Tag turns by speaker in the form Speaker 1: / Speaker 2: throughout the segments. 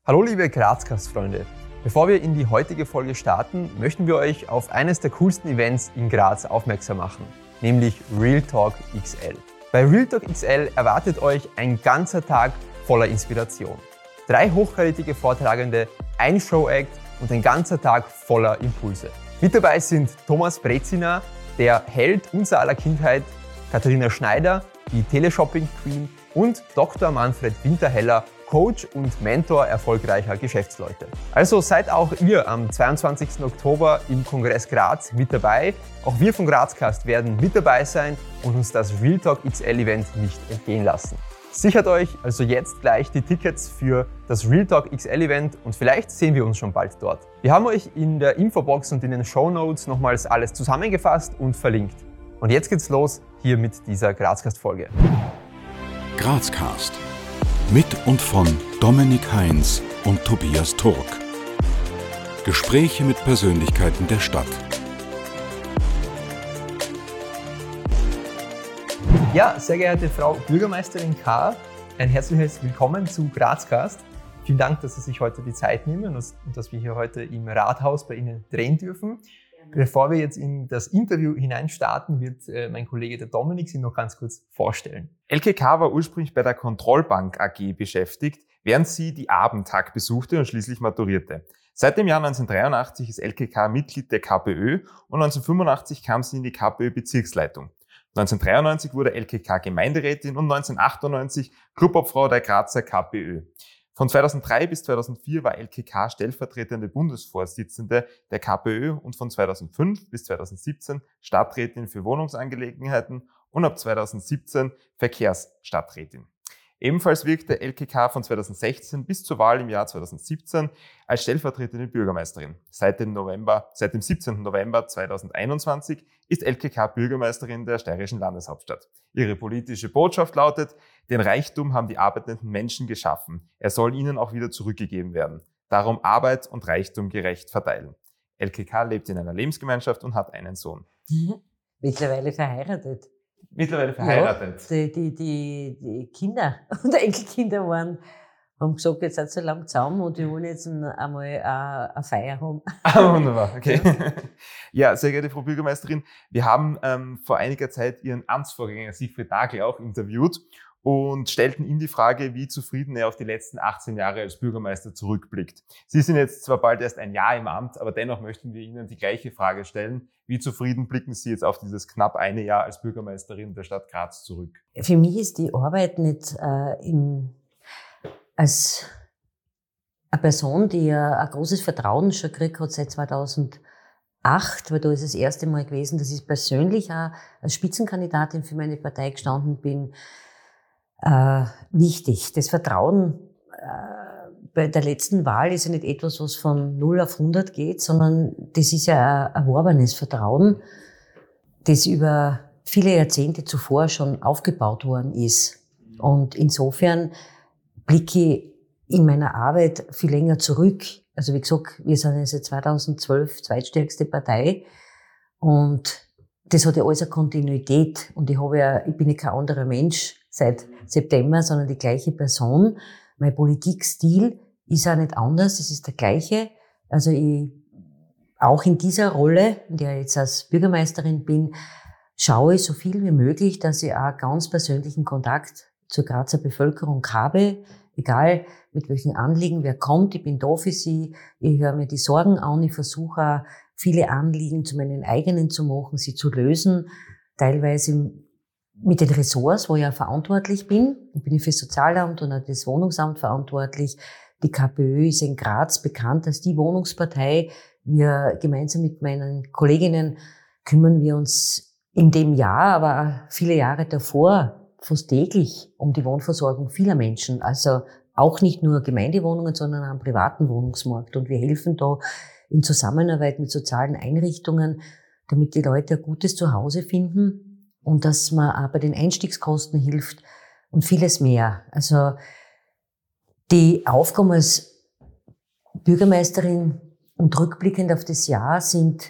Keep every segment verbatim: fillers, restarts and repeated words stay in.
Speaker 1: Hallo liebe Grazcast-Freunde! Bevor wir in die heutige Folge starten, möchten wir euch auf eines der coolsten Events in Graz aufmerksam machen, nämlich Real Talk X L. Bei Real Talk X L erwartet euch ein ganzer Tag voller Inspiration. Drei hochkarätige Vortragende, ein Show-Act und ein ganzer Tag voller Impulse. Mit dabei sind Thomas Brezina, der Held unser aller Kindheit, Katharina Schneider, die Teleshopping-Queen und Doktor Manfred Winterheller, Coach und Mentor erfolgreicher Geschäftsleute. Also seid auch ihr am zweiundzwanzigsten Oktober im Kongress Graz mit dabei. Auch wir von Grazcast werden mit dabei sein und uns das Real Talk X L Event nicht entgehen lassen. Sichert euch also jetzt gleich die Tickets für das Real Talk X L Event und vielleicht sehen wir uns schon bald dort. Wir haben euch in der Infobox und in den Shownotes nochmals alles zusammengefasst und verlinkt. Und jetzt geht's los hier mit dieser Grazcast-Folge.
Speaker 2: Grazcast. Mit und von Dominik Heinz und Tobias Turk. Gespräche mit Persönlichkeiten der Stadt.
Speaker 1: Ja, sehr geehrte Frau Bürgermeisterin K., ein herzliches Willkommen zu Grazcast. Vielen Dank, dass Sie sich heute die Zeit nehmen und dass wir hier heute im Rathaus bei Ihnen drehen dürfen. Bevor wir jetzt in das Interview hineinstarten, wird äh, mein Kollege der Dominik Sie noch ganz kurz vorstellen.
Speaker 3: L K K war ursprünglich bei der Kontrollbank A G beschäftigt, während sie die Abendtag besuchte und schließlich maturierte. Seit dem Jahr neunzehnhundertdreiundachtzig ist L K K Mitglied der K P Ö und neunzehnhundertfünfundachtzig kam sie in die K P Ö-Bezirksleitung. neunzehnhundertdreiundneunzig wurde L K K Gemeinderätin und neunzehnhundertachtundneunzig Clubobfrau der Grazer K P Ö. Von zweitausenddrei bis zweitausendvier war L K K stellvertretende Bundesvorsitzende der K P Ö und von zweitausendfünf bis zweitausendsiebzehn Stadträtin für Wohnungsangelegenheiten und ab zweitausendsiebzehn Verkehrsstadträtin. Ebenfalls wirkte L K K von zweitausendsechzehn bis zur Wahl im Jahr zweitausendsiebzehn als stellvertretende Bürgermeisterin. Seit dem November, seit dem siebzehnten November zweitausendeinundzwanzig ist L K K Bürgermeisterin der steirischen Landeshauptstadt. Ihre politische Botschaft lautet: Den Reichtum haben die arbeitenden Menschen geschaffen. Er soll ihnen auch wieder zurückgegeben werden. Darum Arbeit und Reichtum gerecht verteilen. L K K lebt in einer Lebensgemeinschaft und hat einen Sohn.
Speaker 4: Mittlerweile verheiratet.
Speaker 3: Mittlerweile verheiratet.
Speaker 4: Ja, die, die, die, die Kinder und Enkelkinder waren, haben gesagt, jetzt seid ihr so lang zusammen und wir wollen jetzt einmal eine Feier haben.
Speaker 3: Ah, wunderbar, okay. Ja, sehr geehrte Frau Bürgermeisterin, wir haben ähm, vor einiger Zeit Ihren Amtsvorgänger Siegfried Nagel auch interviewt und stellten ihm die Frage, wie zufrieden er auf die letzten achtzehn Jahre als Bürgermeister zurückblickt. Sie sind jetzt zwar bald erst ein Jahr im Amt, aber dennoch möchten wir Ihnen die gleiche Frage stellen. Wie zufrieden blicken Sie jetzt auf dieses knapp eine Jahr als Bürgermeisterin der Stadt Graz zurück?
Speaker 4: Für mich ist die Arbeit nicht äh, in, als eine Person, die ja ein großes Vertrauen schon gekriegt hat seit zweitausendacht, weil da ist das erste Mal gewesen, dass ich persönlich auch als Spitzenkandidatin für meine Partei gestanden bin, Äh, wichtig. Das Vertrauen äh, bei der letzten Wahl ist ja nicht etwas, was von null auf hundert geht, sondern das ist ja ein erworbenes Vertrauen, das über viele Jahrzehnte zuvor schon aufgebaut worden ist. Und insofern blicke ich in meiner Arbeit viel länger zurück. Also wie gesagt, wir sind ja seit zweitausendzwölf zweitstärkste Partei und das hat ja alles eine Kontinuität und ich habe ja, ich bin ja kein anderer Mensch seit September, sondern die gleiche Person. Mein Politikstil ist auch nicht anders, es ist der gleiche. Also ich, auch in dieser Rolle, in der ich jetzt als Bürgermeisterin bin, schaue ich so viel wie möglich, dass ich auch ganz persönlichen Kontakt zur Grazer Bevölkerung habe, egal mit welchen Anliegen wer kommt. Ich bin da für sie, ich höre mir die Sorgen an, ich versuche auch viele Anliegen zu meinen eigenen zu machen, sie zu lösen, teilweise mit den Ressorts, wo ich ja verantwortlich bin. Ich bin für das Sozialamt und auch das Wohnungsamt verantwortlich. Die K P Ö ist in Graz bekannt als die Wohnungspartei. Wir gemeinsam mit meinen Kolleginnen kümmern wir uns in dem Jahr, aber auch viele Jahre davor fast täglich um die Wohnversorgung vieler Menschen. Also auch nicht nur Gemeindewohnungen, sondern auch am privaten Wohnungsmarkt. Und wir helfen da in Zusammenarbeit mit sozialen Einrichtungen, damit die Leute ein gutes Zuhause finden. Und dass man auch bei den Einstiegskosten hilft und vieles mehr. Also die Aufgaben als Bürgermeisterin und rückblickend auf das Jahr sind,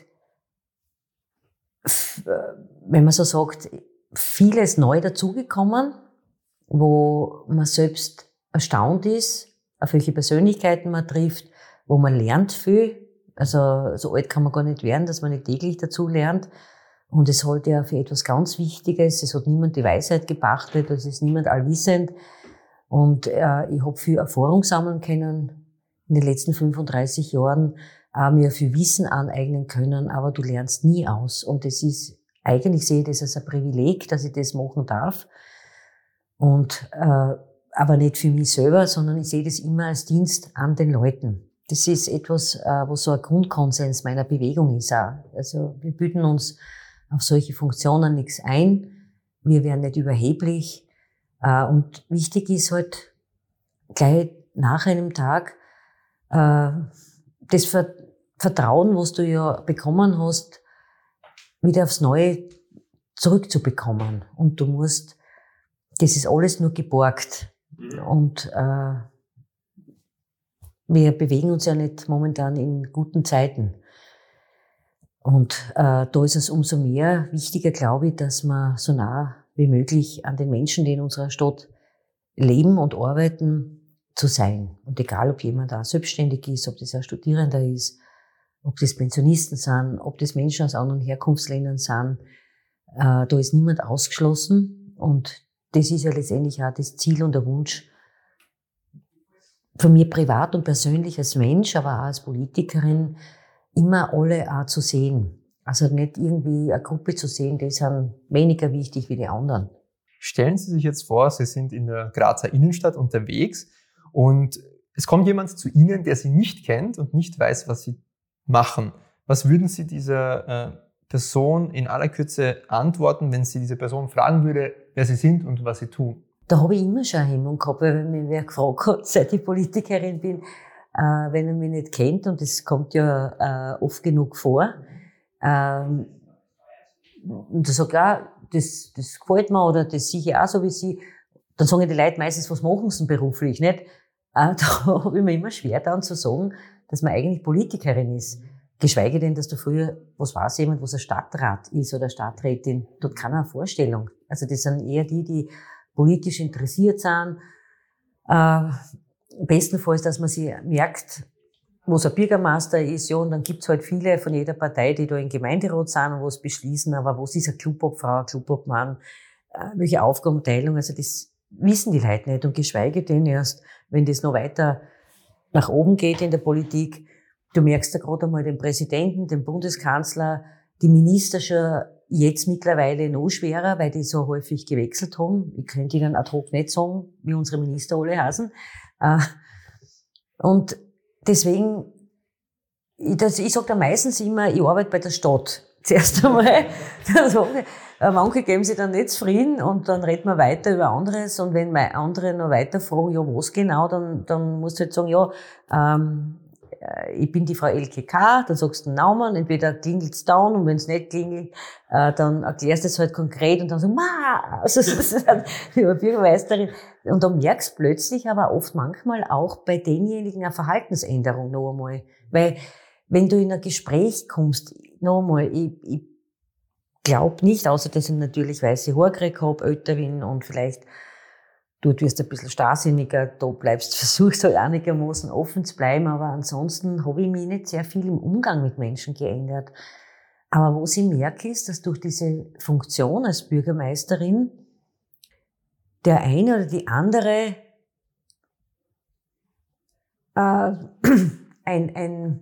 Speaker 4: wenn man so sagt, vieles neu dazugekommen, wo man selbst erstaunt ist, auf welche Persönlichkeiten man trifft, wo man lernt viel. Also so alt kann man gar nicht werden, dass man nicht täglich dazu lernt. Und es halte ja für etwas ganz Wichtiges. Es hat niemand die Weisheit gepachtet, es ist niemand allwissend. Und äh, ich habe viel Erfahrung sammeln können in den letzten fünfunddreißig Jahren, auch mir viel Wissen aneignen können, aber du lernst nie aus. Und das ist, eigentlich sehe ich das als ein Privileg, dass ich das machen darf. Und äh, aber nicht für mich selber, sondern ich sehe das immer als Dienst an den Leuten. Das ist etwas, äh, was so ein Grundkonsens meiner Bewegung ist auch. Also wir bilden uns auf solche Funktionen nichts ein. Wir werden nicht überheblich. Äh, und wichtig ist halt gleich nach einem Tag äh, das Ver- Vertrauen, was du ja bekommen hast, wieder aufs Neue zurückzubekommen. Und du musst, das ist alles nur geborgt. Und äh, wir bewegen uns ja nicht momentan in guten Zeiten. Und äh, da ist es umso mehr wichtiger, glaube ich, dass man so nah wie möglich an den Menschen, die in unserer Stadt leben und arbeiten, zu sein. Und egal, ob jemand da selbstständig ist, ob das ein Studierender ist, ob das Pensionisten sind, ob das Menschen aus anderen Herkunftsländern sind, äh, da ist niemand ausgeschlossen. Und das ist ja letztendlich auch das Ziel und der Wunsch von mir privat und persönlich als Mensch, aber auch als Politikerin, immer alle auch zu sehen. Also nicht irgendwie eine Gruppe zu sehen, die sind weniger wichtig wie die anderen.
Speaker 1: Stellen Sie sich jetzt vor, Sie sind in der Grazer Innenstadt unterwegs und es kommt jemand zu Ihnen, der Sie nicht kennt und nicht weiß, was Sie machen. Was würden Sie dieser äh, Person in aller Kürze antworten, wenn Sie diese Person fragen würde, wer Sie sind und was Sie tun?
Speaker 4: Da habe ich immer schon eine Hemmung gehabt, weil wenn mich wer gefragt hat, seit ich Politikerin bin, äh, wenn er mich nicht kennt, und das kommt ja äh, oft genug vor, ähm, und da sage ich auch, das, das gefällt mir oder das sehe ich auch so wie Sie, dann sagen die Leute meistens, was machen Sie denn beruflich, nicht? Äh, da habe ich mir immer schwer dann zu sagen, dass man eigentlich Politikerin ist. Geschweige denn, dass du früher, was weiß jemand, was ein Stadtrat ist oder Stadträtin, dort keiner eine Vorstellung. Also das sind eher die, die politisch interessiert sind. Äh, bestenfalls, dass man sich merkt, was ein Bürgermeister ist, ja, und dann gibt's halt viele von jeder Partei, die da im Gemeinderat sind und was beschließen, aber was ist eine Clubobfrau, ein Clubobmann, äh, welche Aufgabenteilung, also das wissen die Leute nicht, und geschweige denn erst, wenn das noch weiter nach oben geht in der Politik. Du merkst ja gerade einmal den Präsidenten, den Bundeskanzler, die Minister schon jetzt mittlerweile noch schwerer, weil die so häufig gewechselt haben. Ich könnte Ihnen ad hoc nicht sagen, wie unsere Minister alle heißen. Und deswegen, ich, das, ich sage da meistens immer, ich arbeite bei der Stadt. Zuerst einmal. Manche geben sich dann nicht zufrieden und dann reden wir weiter über anderes. Und wenn andere noch weiter fragen, ja, was genau, dann, dann musst du halt sagen, ja, ähm, ich bin die Frau L K K, dann sagst du den Namen, entweder klingelt's down, und wenn es nicht klingelt, äh, dann erklärst du es halt konkret und dann so, ma, also das ist halt die Bürgermeisterin. Und dann merkst du plötzlich aber oft manchmal auch bei denjenigen eine Verhaltensänderung noch einmal. Weil, wenn du in ein Gespräch kommst, noch einmal, ich, ich glaube nicht, außer dass ich natürlich weiße Haare gekriegt habe, älter bin und vielleicht du wirst ein bisschen starrsinniger, da bleibst, versuchst halt einigermaßen offen zu bleiben, aber ansonsten habe ich mich nicht sehr viel im Umgang mit Menschen geändert. Aber was ich merke, ist, dass durch diese Funktion als Bürgermeisterin der eine oder die andere äh, ein, ein,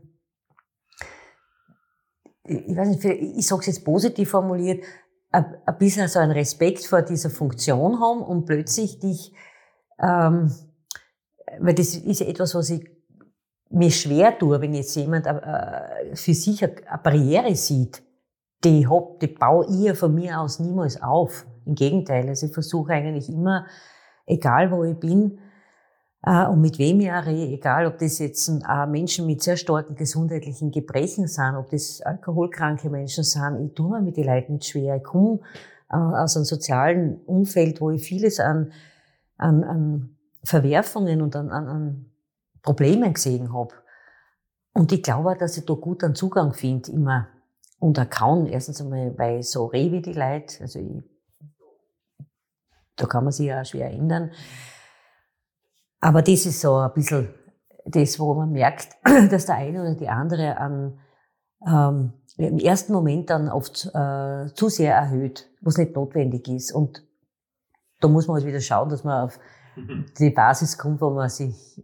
Speaker 4: ich weiß nicht, ich sage es jetzt positiv formuliert, ein bisschen so einen Respekt vor dieser Funktion haben und plötzlich dich, ähm, weil das ist ja etwas, was ich mir schwer tue, wenn jetzt jemand äh, für sich eine, eine Barriere sieht, die, hab, die baue ich ja von mir aus niemals auf. Im Gegenteil, also ich versuche eigentlich immer, egal wo ich bin, äh, und mit wem ich auch rede, egal ob das jetzt äh, Menschen mit sehr starken gesundheitlichen Gebrechen sind, ob das alkoholkranke Menschen sind, ich tue mir mit den Leuten nicht schwer. Ich komme äh, aus einem sozialen Umfeld, wo ich vieles an, an, an Verwerfungen und an, an, an Problemen gesehen habe. Und ich glaube, dass ich da gut einen Zugang finde, immer. Und auch kann, erstens einmal, weil ich so rede wie die Leute, also ich, da kann man sich ja auch schwer ändern. Aber das ist so ein bisschen das, wo man merkt, dass der eine oder die andere an, ähm, im ersten Moment dann oft äh, zu sehr erhöht, was nicht notwendig ist. Und da muss man halt wieder schauen, dass man auf die Basis kommt, wo man sich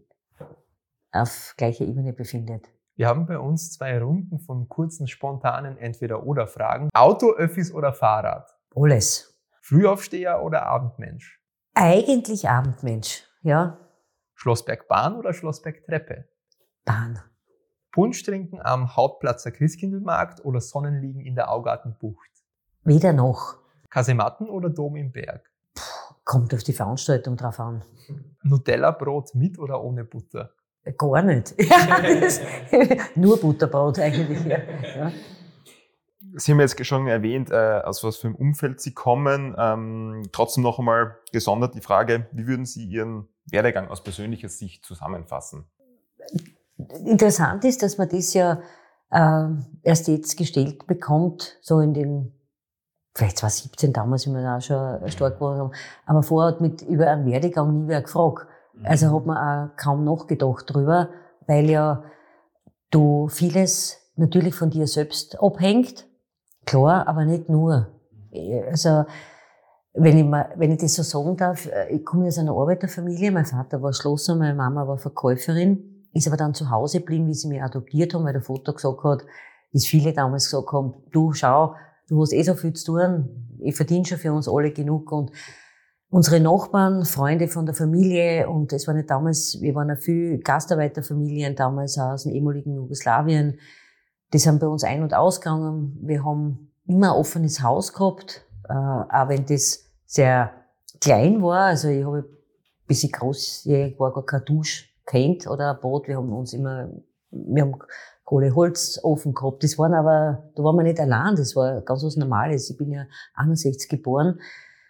Speaker 4: auf gleicher Ebene befindet.
Speaker 1: Wir haben bei uns zwei Runden von kurzen, spontanen Entweder-oder-Fragen. Auto, Öffis oder Fahrrad?
Speaker 4: Alles.
Speaker 1: Frühaufsteher oder Abendmensch?
Speaker 4: Eigentlich Abendmensch, ja.
Speaker 1: Schlossberg-Bahn oder Schlossberg-Treppe?
Speaker 4: Bahn.
Speaker 1: Punsch trinken am Hauptplatzer Christkindlmarkt oder Sonnenliegen in der Augartenbucht?
Speaker 4: Weder noch.
Speaker 1: Kasematten oder Dom im Berg?
Speaker 4: Kommt auf die Veranstaltung drauf an.
Speaker 1: Nutella-Brot mit oder ohne Butter?
Speaker 4: Gar nicht. Ja, das, nur Butterbrot eigentlich. Ja. Ja.
Speaker 3: Sie haben jetzt schon erwähnt, äh, aus was für einem Umfeld Sie kommen. Ähm, trotzdem noch einmal gesondert die Frage, wie würden Sie Ihren Werdegang aus persönlicher Sicht zusammenfassen?
Speaker 4: Interessant ist, dass man das ja äh, erst jetzt gestellt bekommt, so in den, vielleicht zwanzig siebzehn damals, wie wir da auch schon stark geworden haben, aber vorher hat mit über einen Werdegang nie wer gefragt. Also hat man auch kaum nachgedacht drüber, weil ja du vieles natürlich von dir selbst abhängt, klar, aber nicht nur. Also wenn ich, mal, wenn ich das so sagen darf, ich komme aus einer Arbeiterfamilie, mein Vater war Schlosser, meine Mama war Verkäuferin, ist aber dann zu Hause geblieben, wie sie mich adoptiert haben, weil der Vater gesagt hat, wie es viele damals gesagt haben, du schau, du hast eh so viel zu tun, ich verdiene schon für uns alle genug. Und unsere Nachbarn, Freunde von der Familie, und es war nicht damals, wir waren ja viel Gastarbeiterfamilien damals aus dem ehemaligen Jugoslawien, die sind bei uns ein- und ausgegangen. Wir haben immer ein offenes Haus gehabt, äh, auch wenn das sehr klein war. Also ich habe, bis ich großjährig war, gar keine Dusche kennt oder ein Bad. Wir haben uns immer, wir haben Kohleholzofen gehabt. Das waren aber, da waren wir nicht allein, das war ganz was Normales. Ich bin ja einundsechzig geboren.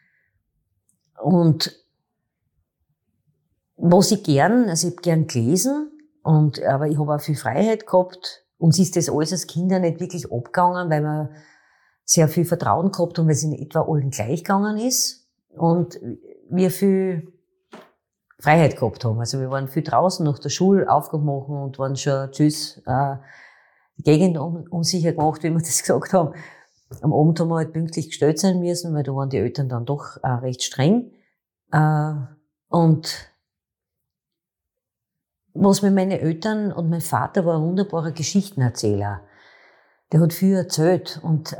Speaker 4: Und was ich gern, also ich habe gern gelesen, und, aber ich habe auch viel Freiheit gehabt. Uns ist das alles als Kinder nicht wirklich abgegangen, weil wir sehr viel Vertrauen gehabt haben, weil es in etwa allen gleich gegangen ist. Und wir viel Freiheit gehabt haben. Also wir waren viel draußen nach der Schule, Aufgaben machen und waren schon, tschüss, äh, die Gegend un- unsicher gemacht, wie wir das gesagt haben. Am Abend haben wir halt pünktlich gestellt sein müssen, weil da waren die Eltern dann doch äh, recht streng. Äh, und was mir meine Eltern und mein Vater war ein wunderbarer Geschichtenerzähler. Der hat viel erzählt und äh,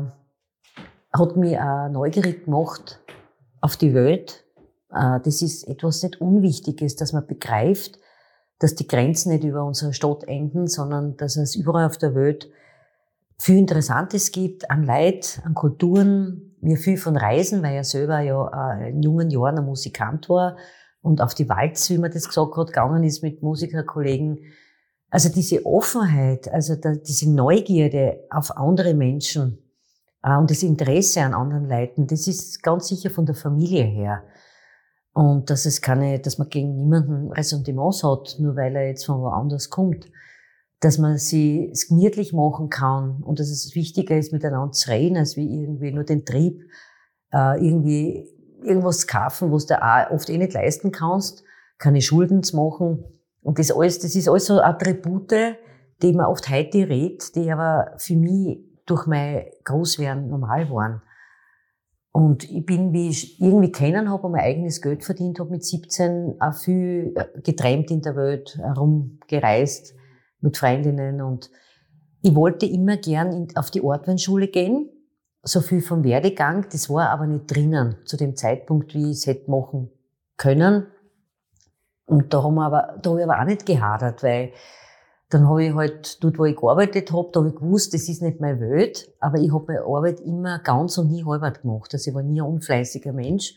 Speaker 4: hat mich auch neugierig gemacht auf die Welt. Äh, das ist etwas nicht Unwichtiges, dass man begreift, dass die Grenzen nicht über unsere Stadt enden, sondern dass es überall auf der Welt viel Interessantes gibt, an Leid, an Kulturen. Mir viel von Reisen, weil er selber ja äh, in jungen Jahren ein Musikant war und auf die Walz, wie man das gesagt hat, gegangen ist mit Musikerkollegen. Also diese Offenheit, also da, diese Neugierde auf andere Menschen äh, und das Interesse an anderen Leuten, das ist ganz sicher von der Familie her. Und dass es keine, dass man gegen niemanden Ressentiments hat, nur weil er jetzt von woanders kommt. Dass man sie es gemütlich machen kann und dass es wichtiger ist, miteinander zu reden, als wie irgendwie nur den Trieb, äh, irgendwie irgendwas zu kaufen, was du auch oft eh nicht leisten kannst, keine Schulden zu machen. Und das alles, das ist alles so Attribute, die man oft heute redet, die aber für mich durch mein Großwerden normal waren. Und ich bin, wie ich irgendwie kennen habe und mein eigenes Geld verdient habe mit siebzehn, auch viel geträumt in der Welt, herumgereist mit Freundinnen. Und ich wollte immer gern in, auf die Ortweinschule gehen, so viel vom Werdegang. Das war aber nicht drinnen zu dem Zeitpunkt, wie ich es hätte machen können. Und da haben wir aber, da habe ich aber auch nicht gehadert, weil dann habe ich halt dort, wo ich gearbeitet habe, da habe ich gewusst, das ist nicht meine Welt, aber ich habe meine Arbeit immer ganz und nie halbert gemacht. Also ich war nie ein unfleißiger Mensch.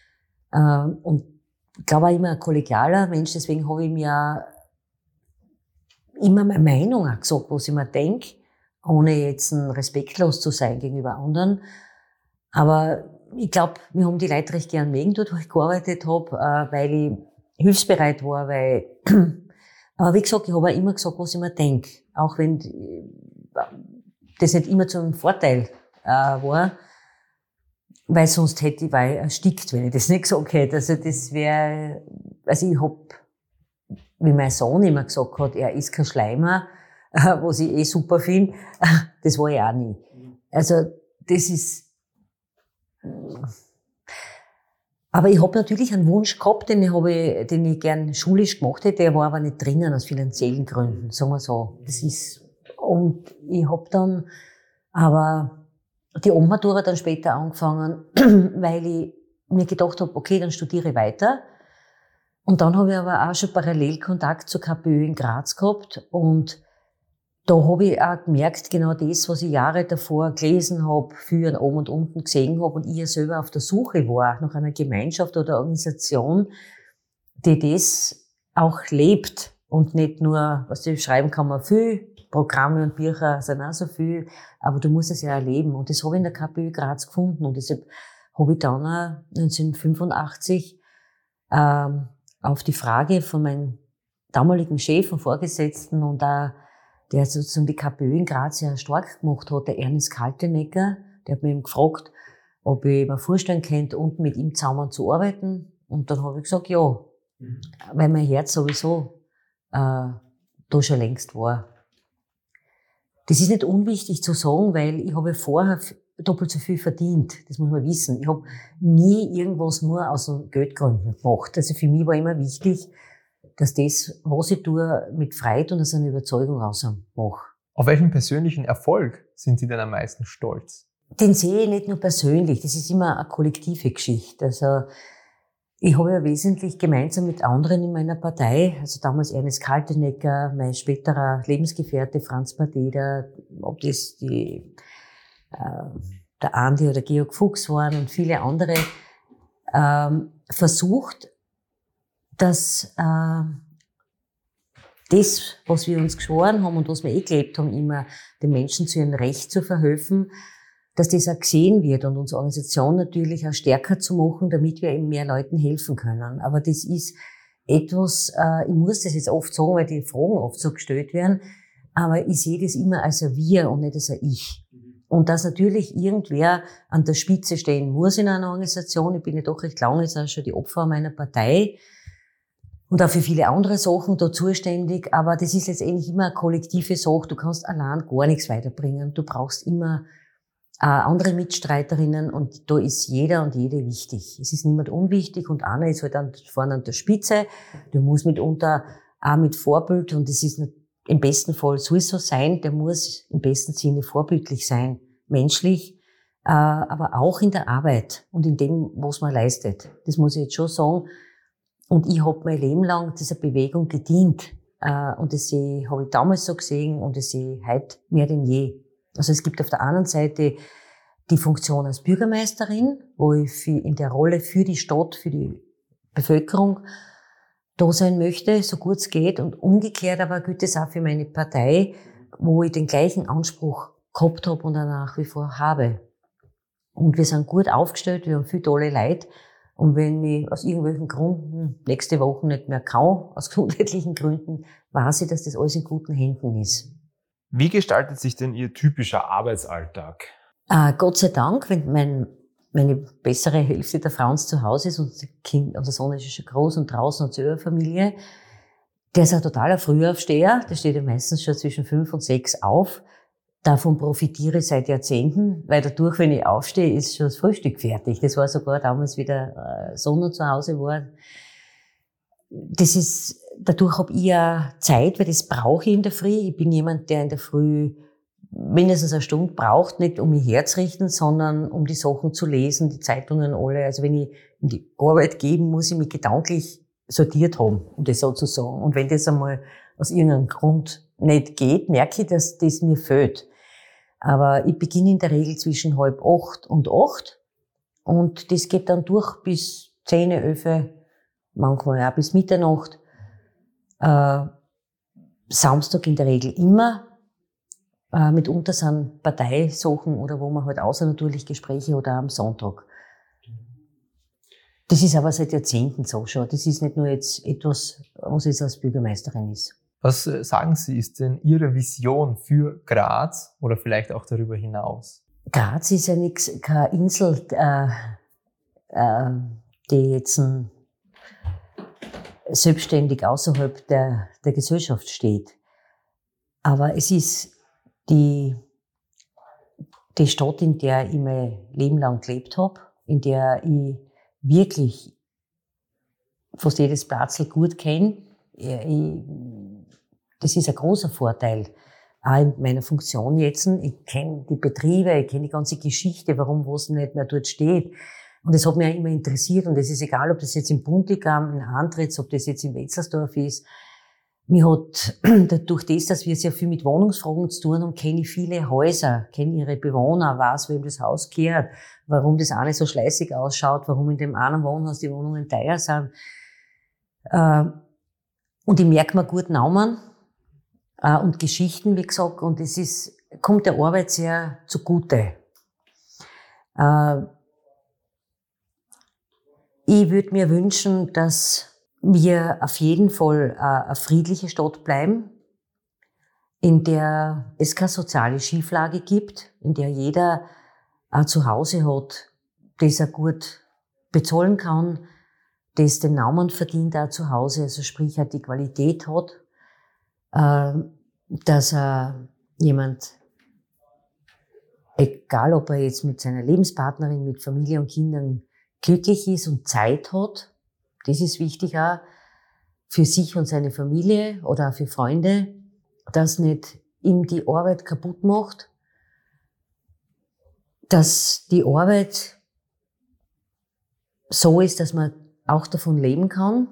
Speaker 4: Und ich glaube auch immer ein kollegialer Mensch, deswegen habe ich mir immer meine Meinung auch gesagt, was ich mir denke, ohne jetzt respektlos zu sein gegenüber anderen. Aber ich glaube, wir haben die Leute recht gern mögen dort, wo ich gearbeitet habe, weil ich hilfsbereit war, weil, aber wie gesagt, ich habe auch immer gesagt, was ich mir denke. Auch wenn das nicht immer zum Vorteil äh, war, weil sonst hätte ich weil erstickt, wenn ich das nicht gesagt hätte. Also das wäre, also ich hab wie mein Sohn immer gesagt hat, er ist kein Schleimer, was ich eh super finde, das war ich auch nie. Also das ist... Aber ich habe natürlich einen Wunsch gehabt, den ich, hab ich, den ich gern schulisch gemacht hätte, der war aber nicht drinnen aus finanziellen Gründen, sagen wir so. Das ist, und ich habe dann aber die Obermatura dann später angefangen, weil ich mir gedacht habe, okay, dann studiere ich weiter. Und dann habe ich aber auch schon parallel Kontakt zur KPÖ in Graz gehabt und da habe ich auch gemerkt, genau das, was ich Jahre davor gelesen habe, für oben und unten gesehen habe und ich ja selber auf der Suche war nach einer Gemeinschaft oder Organisation, die das auch lebt und nicht nur, was du schreiben kann man viel, Programme und Bücher sind auch so viel, aber du musst es ja erleben und das habe ich in der KPÖ Graz gefunden und deshalb habe ich dann auch neunzehnhundertfünfundachtzig ähm, auf die Frage von meinem damaligen Chef und Vorgesetzten und auch der sozusagen die KPÖ in Graz sehr stark gemacht hat, der Ernest Kaltenecker, der hat mich eben gefragt, ob ich mir vorstellen könnte, unten mit ihm zusammen zu arbeiten. Und dann habe ich gesagt, ja, mhm. weil mein Herz sowieso äh, da schon längst war. Das ist nicht unwichtig zu sagen, weil ich habe vorher doppelt so viel verdient. Das muss man wissen. Ich habe nie irgendwas nur aus den Geldgründen gemacht. Also für mich war immer wichtig, dass das, was ich tue, mit Freude und aus einer Überzeugung raus mache.
Speaker 1: Auf welchen persönlichen Erfolg sind Sie denn am meisten stolz?
Speaker 4: Den sehe ich nicht nur persönlich, das ist immer eine kollektive Geschichte. Also ich habe ja wesentlich gemeinsam mit anderen in meiner Partei, also damals Ernest Kaltenecker, mein späterer Lebensgefährte Franz Madeder, ob das die, äh, der Andi oder Georg Fuchs waren und viele andere, ähm, versucht, dass äh, das, was wir uns geschworen haben und was wir eh gelebt haben, immer den Menschen zu ihrem Recht zu verhelfen, dass das auch gesehen wird und unsere Organisation natürlich auch stärker zu machen, damit wir eben mehr Leuten helfen können. Aber das ist etwas, äh, ich muss das jetzt oft sagen, weil die Fragen oft so gestellt werden, aber ich sehe das immer als ein Wir und nicht als ein Ich. Und dass natürlich irgendwer an der Spitze stehen muss in einer Organisation, ich bin ja doch recht lange jetzt auch schon die Opfer meiner Partei, und auch für viele andere Sachen da zuständig, aber das ist letztendlich immer eine kollektive Sache. Du kannst allein gar nichts weiterbringen. Du brauchst immer äh, andere Mitstreiterinnen und da ist jeder und jede wichtig. Es ist niemand unwichtig und einer ist halt an, vorne an der Spitze. Du musst mitunter auch mit Vorbild und es ist im besten Fall soll es so sein, der muss im besten Sinne vorbildlich sein, menschlich, äh, aber auch in der Arbeit und in dem, was man leistet. Das muss ich jetzt schon sagen. Und ich habe mein Leben lang dieser Bewegung gedient. Äh, und das habe ich damals so gesehen und das sehe ich heute mehr denn je. Also es gibt auf der anderen Seite die Funktion als Bürgermeisterin, wo ich für, in der Rolle für die Stadt, für die Bevölkerung da sein möchte, so gut es geht. Und umgekehrt aber gilt es auch für meine Partei, wo ich den gleichen Anspruch gehabt habe und auch nach wie vor habe. Und wir sind gut aufgestellt, wir haben viele tolle Leute. Und wenn ich aus irgendwelchen Gründen nächste Woche nicht mehr kann, aus gesundheitlichen Gründen, weiß ich, dass das alles in guten Händen ist.
Speaker 3: Wie gestaltet sich denn Ihr typischer Arbeitsalltag?
Speaker 4: Äh, Gott sei Dank, wenn mein, meine bessere Hälfte der Frauen zu Hause ist und kind, unser Sohn ist schon groß und draußen und zur Familie, der ist ein totaler Frühaufsteher, der steht ja meistens schon zwischen fünf und sechs auf. Davon profitiere ich seit Jahrzehnten, weil dadurch, wenn ich aufstehe, ist schon das Frühstück fertig. Das war sogar damals, wie der Sohn zu Hause war. Das ist, dadurch habe ich ja Zeit, weil das brauche ich in der Früh. Ich bin jemand, der in der Früh mindestens eine Stunde braucht, nicht um mich herzurichten, sondern um die Sachen zu lesen, die Zeitungen alle. Also wenn ich in die Arbeit gehe, muss ich mich gedanklich sortiert haben, um das so zu sagen. Und wenn das einmal aus irgendeinem Grund nicht geht, merke ich, dass das mir fehlt. Aber ich beginne in der Regel zwischen halb acht und acht. Und das geht dann durch bis zehn, elf, manchmal auch bis Mitternacht. Äh, Samstag in der Regel immer. Äh, mitunter sind Parteisachen oder wo man halt außerordentlich Gespräche oder am Sonntag. Das ist aber seit Jahrzehnten so schon. Das ist nicht nur jetzt etwas, was jetzt als Bürgermeisterin ist.
Speaker 1: Was sagen Sie, ist denn Ihre Vision für Graz oder vielleicht auch darüber hinaus?
Speaker 4: Graz ist ja nix, keine Insel, äh, äh, die jetzt ein, selbstständig außerhalb der, der Gesellschaft steht. Aber es ist die, die Stadt, in der ich mein Leben lang gelebt habe, in der ich wirklich fast jedes Platzl gut kenne. Ich, das ist ein großer Vorteil, auch in meiner Funktion jetzt. Ich kenne die Betriebe, ich kenne die ganze Geschichte, warum was nicht mehr dort steht. Und das hat mich auch immer interessiert. Und es ist egal, ob das jetzt im Buntigam, in Antritz, ob das jetzt in Wetzelsdorf ist. Mir hat, durch das, dass wir sehr viel mit Wohnungsfragen zu tun haben, kenne ich viele Häuser, kenne ihre Bewohner, weiß, wem das Haus gehört, warum das eine so schleißig ausschaut, warum in dem einen Wohnhaus die Wohnungen teuer sind. Und ich merke mir gut Namen und Geschichten, wie gesagt, und es ist, kommt der Arbeit sehr zugute. Ich würde mir wünschen, dass wir auf jeden Fall eine friedliche Stadt bleiben, in der es keine soziale Schieflage gibt, in der jeder ein Zuhause hat, das er gut bezahlen kann, das den Namen verdient auch zu Hause, also sprich auch die Qualität hat, dass er jemand, egal ob er jetzt mit seiner Lebenspartnerin, mit Familie und Kindern glücklich ist und Zeit hat, das ist wichtig auch für sich und seine Familie oder auch für Freunde, dass nicht ihm die Arbeit kaputt macht, dass die Arbeit so ist, dass man auch davon leben kann.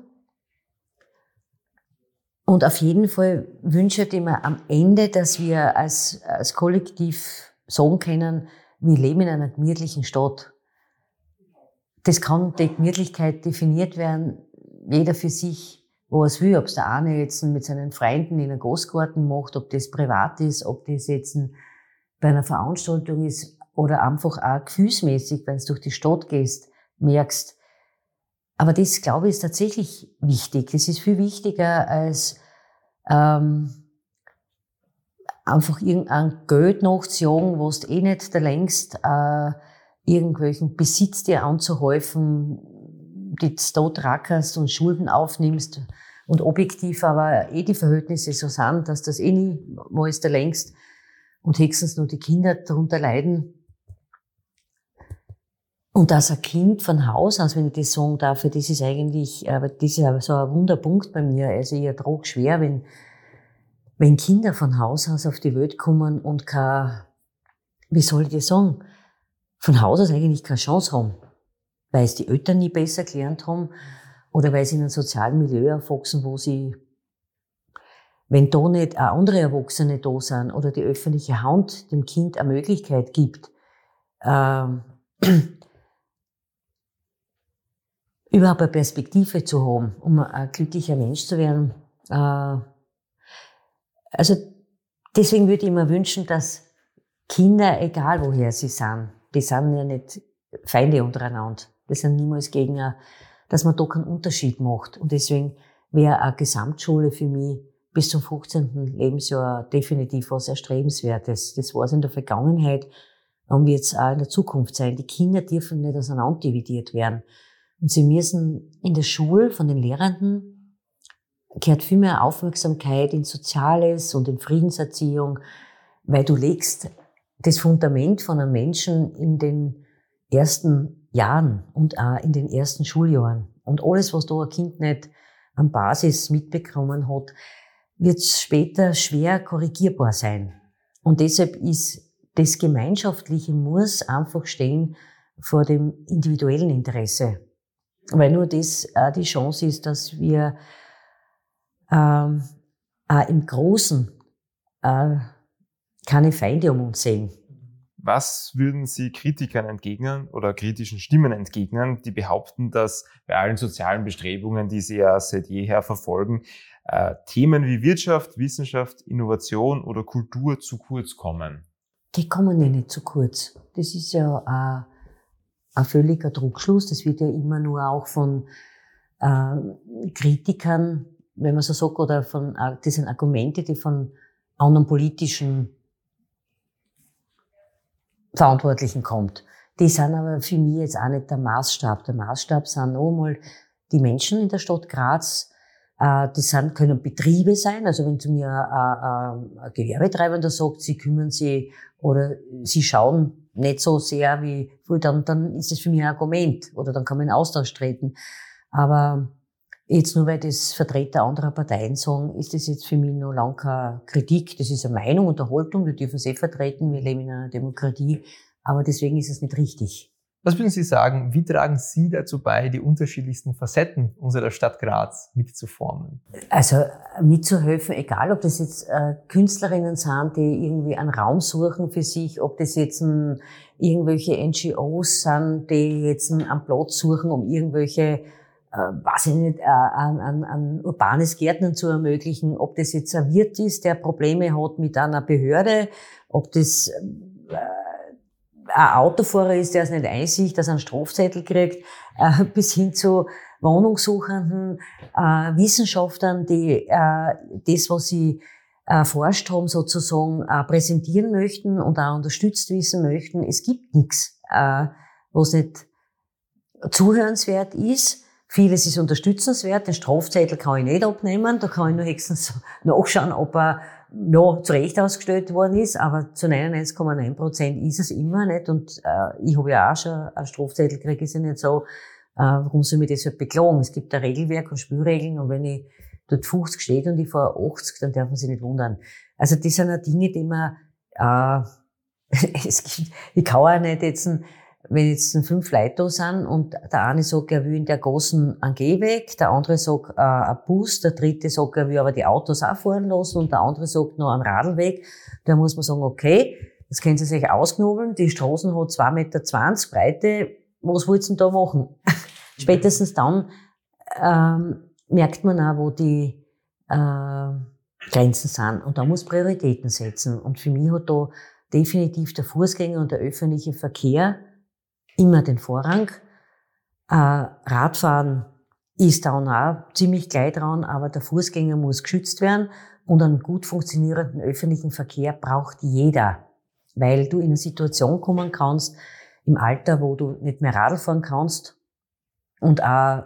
Speaker 4: Und auf jeden Fall wünsche ich mir am Ende, dass wir als, als Kollektiv sagen können, wir leben in einer gemütlichen Stadt. Das kann die Gemütlichkeit definiert werden, jeder für sich, wo er es will. Ob es der eine jetzt mit seinen Freunden in einem Großgarten macht, ob das privat ist, ob das jetzt bei einer Veranstaltung ist oder einfach auch gefühlsmäßig, wenn du durch die Stadt gehst, merkst. Aber das, glaube ich, ist tatsächlich wichtig. Das ist viel wichtiger als ähm, einfach irgendein Geld nachzujagen, was du eh nicht der längst äh, irgendwelchen Besitz dir anzuhäufen, die du dort rackerst und Schulden aufnimmst und objektiv aber eh die Verhältnisse so sind, dass das eh nie mal ist der längst und höchstens nur die Kinder darunter leiden. Und dass ein Kind von Haus aus, wenn ich das sagen darf, das ist eigentlich, das ist aber so ein Wunderpunkt bei mir. Also ich ertrage schwer, wenn, wenn Kinder von Haus aus auf die Welt kommen und kein, wie soll ich das sagen, von Haus aus eigentlich keine Chance haben, weil es die Eltern nie besser gelernt haben oder weil sie in einem sozialen Milieu aufwachsen, wo sie, wenn da nicht auch andere Erwachsene da sind oder die öffentliche Hand dem Kind eine Möglichkeit gibt, äh, überhaupt eine Perspektive zu haben, um ein glücklicher Mensch zu werden. Äh, also deswegen würde ich mir wünschen, dass Kinder, egal woher sie sind, die sind ja nicht Feinde untereinander. Die sind niemals Gegner, dass man da keinen Unterschied macht. Und deswegen wäre eine Gesamtschule für mich bis zum fünfzehnten Lebensjahr definitiv was Erstrebenswertes. Das war es in der Vergangenheit und wird es auch in der Zukunft sein. Die Kinder dürfen nicht auseinanderdividiert werden. Und sie müssen in der Schule von den Lehrenden gehört viel mehr Aufmerksamkeit in Soziales und in Friedenserziehung, weil du legst das Fundament von einem Menschen in den ersten Jahren und auch in den ersten Schuljahren. Und alles, was da ein Kind nicht an Basis mitbekommen hat, wird später schwer korrigierbar sein. Und deshalb ist das Gemeinschaftliche muss einfach stehen vor dem individuellen Interesse. Weil nur das auch die Chance ist, dass wir ähm, auch im Großen äh, keine Feinde um uns sehen.
Speaker 3: Was würden Sie Kritikern entgegnen oder kritischen Stimmen entgegnen, die behaupten, dass bei allen sozialen Bestrebungen, die Sie ja seit jeher verfolgen, äh, Themen wie Wirtschaft, Wissenschaft, Innovation oder Kultur zu kurz kommen?
Speaker 4: Die kommen ja nicht zu kurz. Das ist ja ein, ein völliger Druckschluss. Das wird ja immer nur auch von äh, Kritikern, wenn man so sagt, oder von, äh, das sind Argumente, die von anderen politischen Verantwortlichen kommt. Die sind aber für mich jetzt auch nicht der Maßstab. Der Maßstab sind auch mal die Menschen in der Stadt Graz, Äh, das sind, können Betriebe sein, also wenn zu mir ein, ein Gewerbetreibender sagt, sie kümmern sich oder sie schauen nicht so sehr wie, dann, dann ist das für mich ein Argument oder dann kann man in Austausch treten. Aber jetzt nur, weil das Vertreter anderer Parteien sagen, ist das jetzt für mich noch lange keine Kritik. Das ist eine Meinung und eine Haltung, die dürfen sie vertreten. Wir leben in einer Demokratie, aber deswegen ist es nicht richtig.
Speaker 1: Was würden Sie sagen, wie tragen Sie dazu bei, die unterschiedlichsten Facetten unserer Stadt Graz mitzuformen?
Speaker 4: Also mitzuhelfen, egal ob das jetzt äh, Künstlerinnen sind, die irgendwie einen Raum suchen für sich, ob das jetzt ein, irgendwelche N G Os sind, die jetzt einen, einen Platz suchen, um irgendwelche, äh, weiß ich nicht, äh, ein, ein, ein urbanes Gärtnern zu ermöglichen, ob das jetzt ein Wirt ist, der Probleme hat mit einer Behörde, ob das äh, ein Autofahrer ist, der es nicht einsieht, dass er einen Strafzettel kriegt, äh, bis hin zu Wohnungssuchenden, äh, Wissenschaftlern, die äh, das, was sie äh, forscht haben, sozusagen äh, präsentieren möchten und auch unterstützt wissen möchten. Es gibt nichts, äh, was nicht zuhörenswert ist. Vieles ist unterstützenswert. Den Strafzettel kann ich nicht abnehmen. Da kann ich nur höchstens nachschauen, ob er ja, zu Recht ausgestellt worden ist, aber zu neunundneunzig Komma neun Prozent ist es immer nicht. Und äh, ich habe ja auch schon einen Strafzettel gekriegt, ist ja nicht so, äh, warum soll ich mich deshalb beklagen? Es gibt ein Regelwerk und Spielregeln und wenn ich dort fünfzig steht und ich fahre achtzig, dann darf man sich nicht wundern. Also das sind auch Dinge, die man, äh, es gibt, ich kann auch nicht jetzt, wenn jetzt fünf Leute da sind und der eine sagt, er will in der großen einen Gehweg, der andere sagt äh, ein Bus, der dritte sagt, er will aber die Autos auch fahren lassen und der andere sagt noch einen Radlweg, da muss man sagen, okay, jetzt können Sie sich ausknobeln, die Straßen hat zwei Meter zwanzig Breite, was wollt ihr denn da machen? Spätestens dann ähm, merkt man auch, wo die äh, Grenzen sind und da muss Prioritäten setzen und für mich hat da definitiv der Fußgänger und der öffentliche Verkehr immer den Vorrang. Äh, Radfahren ist dann auch ziemlich gleich dran, aber der Fußgänger muss geschützt werden und einen gut funktionierenden öffentlichen Verkehr braucht jeder, weil du in eine Situation kommen kannst im Alter, wo du nicht mehr Radl fahren kannst und auch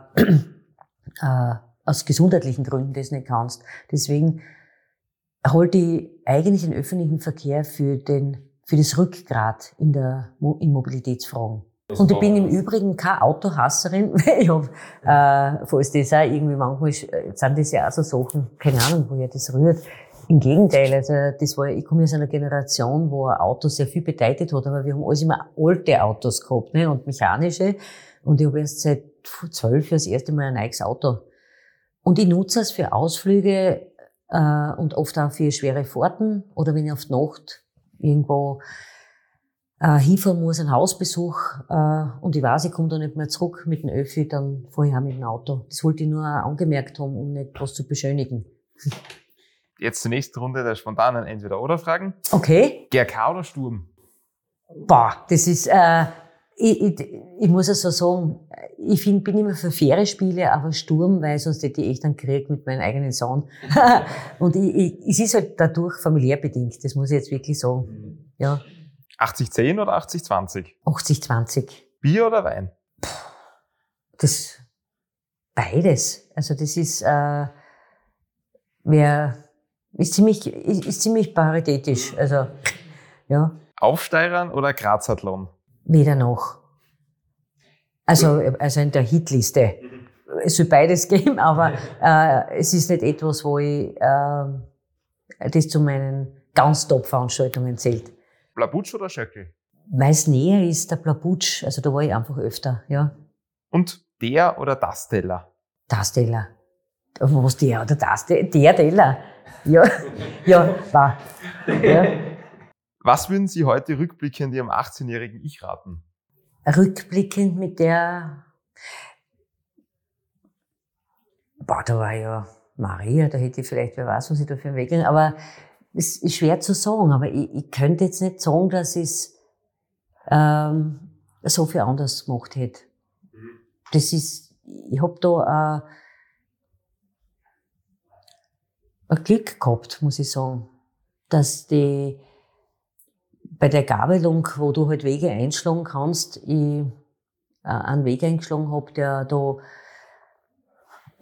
Speaker 4: äh, aus gesundheitlichen Gründen das nicht kannst. Deswegen halte ich eigentlich den öffentlichen Verkehr für den für das Rückgrat in der in Mobilitätsfragen. Und ich bin im Übrigen keine Autohasserin, weil ich hab, äh, falls das auch irgendwie manchmal, sind das ja auch so Sachen, keine Ahnung, woher das rührt. Im Gegenteil, also das war, ich komme aus einer Generation, wo ein Auto sehr viel bedeutet hat, aber wir haben alles immer alte Autos gehabt, ne, und mechanische. Und ich habe erst seit zwölf Jahren das erste Mal ein neues Auto. Und ich nutze es für Ausflüge äh, und oft auch für schwere Fahrten oder wenn ich auf die Nacht irgendwo äh, hinfahren muss, ein Hausbesuch, äh, und ich weiß, ich komme da nicht mehr zurück mit dem Öffi, dann fahre ich auch mit dem Auto. Das wollte ich nur angemerkt haben, um nicht was zu beschönigen.
Speaker 3: Jetzt zur nächsten Runde der spontanen Entweder-Oder-Fragen.
Speaker 4: Okay.
Speaker 3: G R K oder Sturm?
Speaker 4: Boah, das ist, äh, ich, ich, ich muss ja so sagen, ich find, bin immer für faire Spiele, aber Sturm, weil sonst hätte ich echt einen Krieg mit meinem eigenen Sohn. Und ich, ich, es ist halt dadurch familiär bedingt, das muss ich jetzt wirklich sagen. Ja.
Speaker 3: achtzig zehn oder achtzig zwanzig?
Speaker 4: achtzig zwanzig.
Speaker 3: Bier oder Wein?
Speaker 4: Das, beides. Also das ist, äh, wer, ist ziemlich, ist, ist ziemlich paritätisch, also, ja.
Speaker 3: Aufsteirern oder Grazathlon?
Speaker 4: Weder noch. Also, also in der Hitliste. Es soll beides geben, aber äh, es ist nicht etwas, wo ich äh, das zu meinen ganz Top-Veranstaltungen zählt.
Speaker 3: Blabutsch oder Schöckel?
Speaker 4: Weil es näher ist, der Blabutsch, also da war ich einfach öfter, ja.
Speaker 3: Und der oder das Teller?
Speaker 4: Das Teller. Was der oder das Teller? Der Teller. Ja, ja, war. Ja.
Speaker 3: Was würden Sie heute rückblickend Ihrem achtzehnjährigen Ich raten?
Speaker 4: Rückblickend mit der, boah, da war ja Maria, da hätte ich vielleicht, wer weiß, was ich da für einen Weg ging, aber es ist schwer zu sagen, aber ich, ich könnte jetzt nicht sagen, dass ich es ähm, so viel anders gemacht hätte. Das ist, ich hab da äh, ein Glück gehabt, muss ich sagen, dass die bei der Gabelung, wo du halt Wege einschlagen kannst, ich äh, einen Weg eingeschlagen habe, der da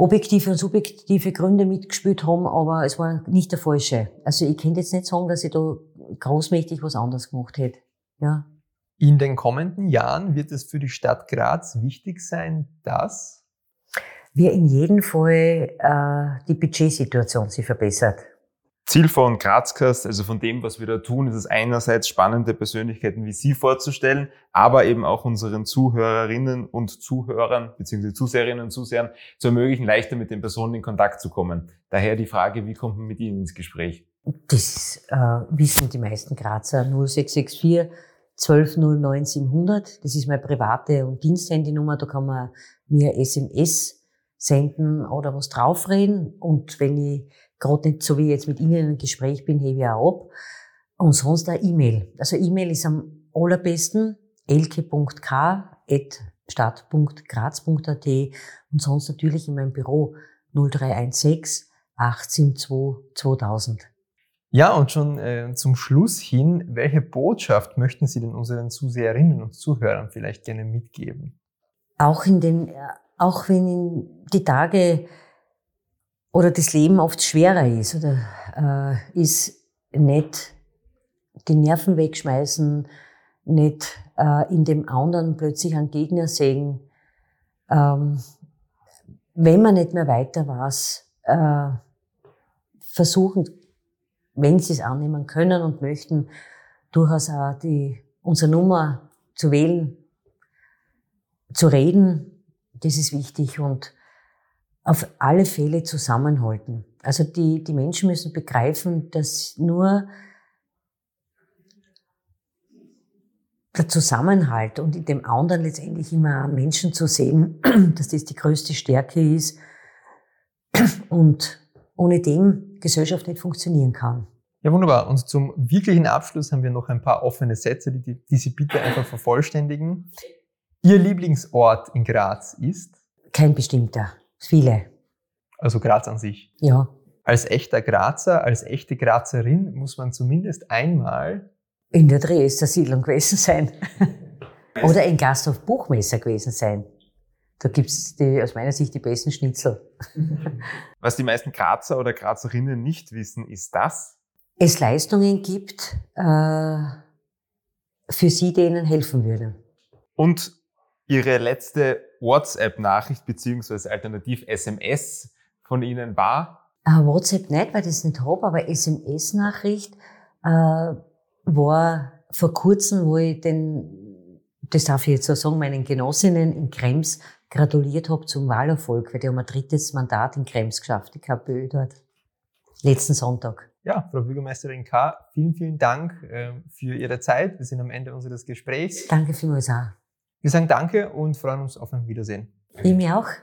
Speaker 4: objektive und subjektive Gründe mitgespielt haben, aber es war nicht der falsche. Also ich könnte jetzt nicht sagen, dass ich da großmächtig was anderes gemacht hätte. Ja.
Speaker 1: In den kommenden Jahren wird es für die Stadt Graz wichtig sein, dass
Speaker 4: wir in jedem Fall äh, die Budgetsituation sich verbessert.
Speaker 3: Ziel von Grazcast, also von dem, was wir da tun, ist es einerseits spannende Persönlichkeiten wie Sie vorzustellen, aber eben auch unseren Zuhörerinnen und Zuhörern bzw. Zuseherinnen und Zusehern zu ermöglichen, leichter mit den Personen in Kontakt zu kommen. Daher die Frage, wie kommt man mit Ihnen ins Gespräch?
Speaker 4: Das äh, wissen die meisten Grazer. null sechs sechs vier zwölf null neun siebenhundert. Das ist meine private und Diensthandynummer. Da kann man mir S M S senden oder was draufreden. Und wenn ich gerade nicht so wie jetzt mit Ihnen in einem Gespräch bin, hebe ich auch ab. Und sonst eine E-Mail. Also E-Mail ist am allerbesten elke punkt k at stadt punkt graz punkt a t und sonst natürlich in meinem Büro null drei eins sechs achtzehn zwei zweitausend.
Speaker 1: Ja, und schon äh, zum Schluss hin, welche Botschaft möchten Sie denn unseren Zuseherinnen und Zuhörern vielleicht gerne mitgeben?
Speaker 4: Auch in den, auch wenn in die Tage oder das Leben oft schwerer ist, oder äh, ist nicht die Nerven wegschmeißen, nicht äh, in dem anderen plötzlich einen Gegner sehen. Ähm, wenn man nicht mehr weiter weiß, äh, versuchen, wenn sie es annehmen können und möchten, durchaus auch die, unsere Nummer zu wählen, zu reden, das ist wichtig und auf alle Fälle zusammenhalten. Also die, die Menschen müssen begreifen, dass nur der Zusammenhalt und in dem anderen letztendlich immer Menschen zu sehen, dass das die größte Stärke ist und ohne dem Gesellschaft nicht funktionieren kann.
Speaker 1: Ja, wunderbar. Und zum wirklichen Abschluss haben wir noch ein paar offene Sätze, die, die Sie bitte einfach vervollständigen. Ihr Lieblingsort in Graz ist?
Speaker 4: Kein bestimmter. Viele.
Speaker 1: Also Graz an sich?
Speaker 4: Ja.
Speaker 1: Als echter Grazer, als echte Grazerin muss man zumindest einmal
Speaker 4: in der Dresdner Siedlung gewesen sein. Oder in Gasthof Buchmesser gewesen sein. Da gibt's die, aus meiner Sicht die besten Schnitzel.
Speaker 3: Was die meisten Grazer oder Grazerinnen nicht wissen, ist das?
Speaker 4: Es Leistungen gibt, äh, für sie, die ihnen helfen würden.
Speaker 3: Und Ihre letzte WhatsApp-Nachricht beziehungsweise alternativ S M S von Ihnen war?
Speaker 4: Uh, WhatsApp nicht, weil ich das nicht habe, aber S M S-Nachricht äh, war vor kurzem, wo ich den, das darf ich jetzt so sagen, meinen Genossinnen in Krems gratuliert habe zum Wahlerfolg, weil die haben ein drittes Mandat in Krems geschafft, die KPÖ dort. Letzten Sonntag.
Speaker 1: Ja, Frau Bürgermeisterin K., vielen, vielen Dank äh, für Ihre Zeit. Wir sind am Ende unseres Gesprächs.
Speaker 4: Danke vielmals auch.
Speaker 1: Wir sagen Danke und freuen uns auf ein Wiedersehen.
Speaker 4: Ich mir auch.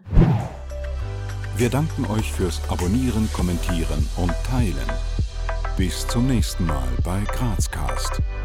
Speaker 2: Wir danken euch fürs Abonnieren, Kommentieren und Teilen. Bis zum nächsten Mal bei Grazcast.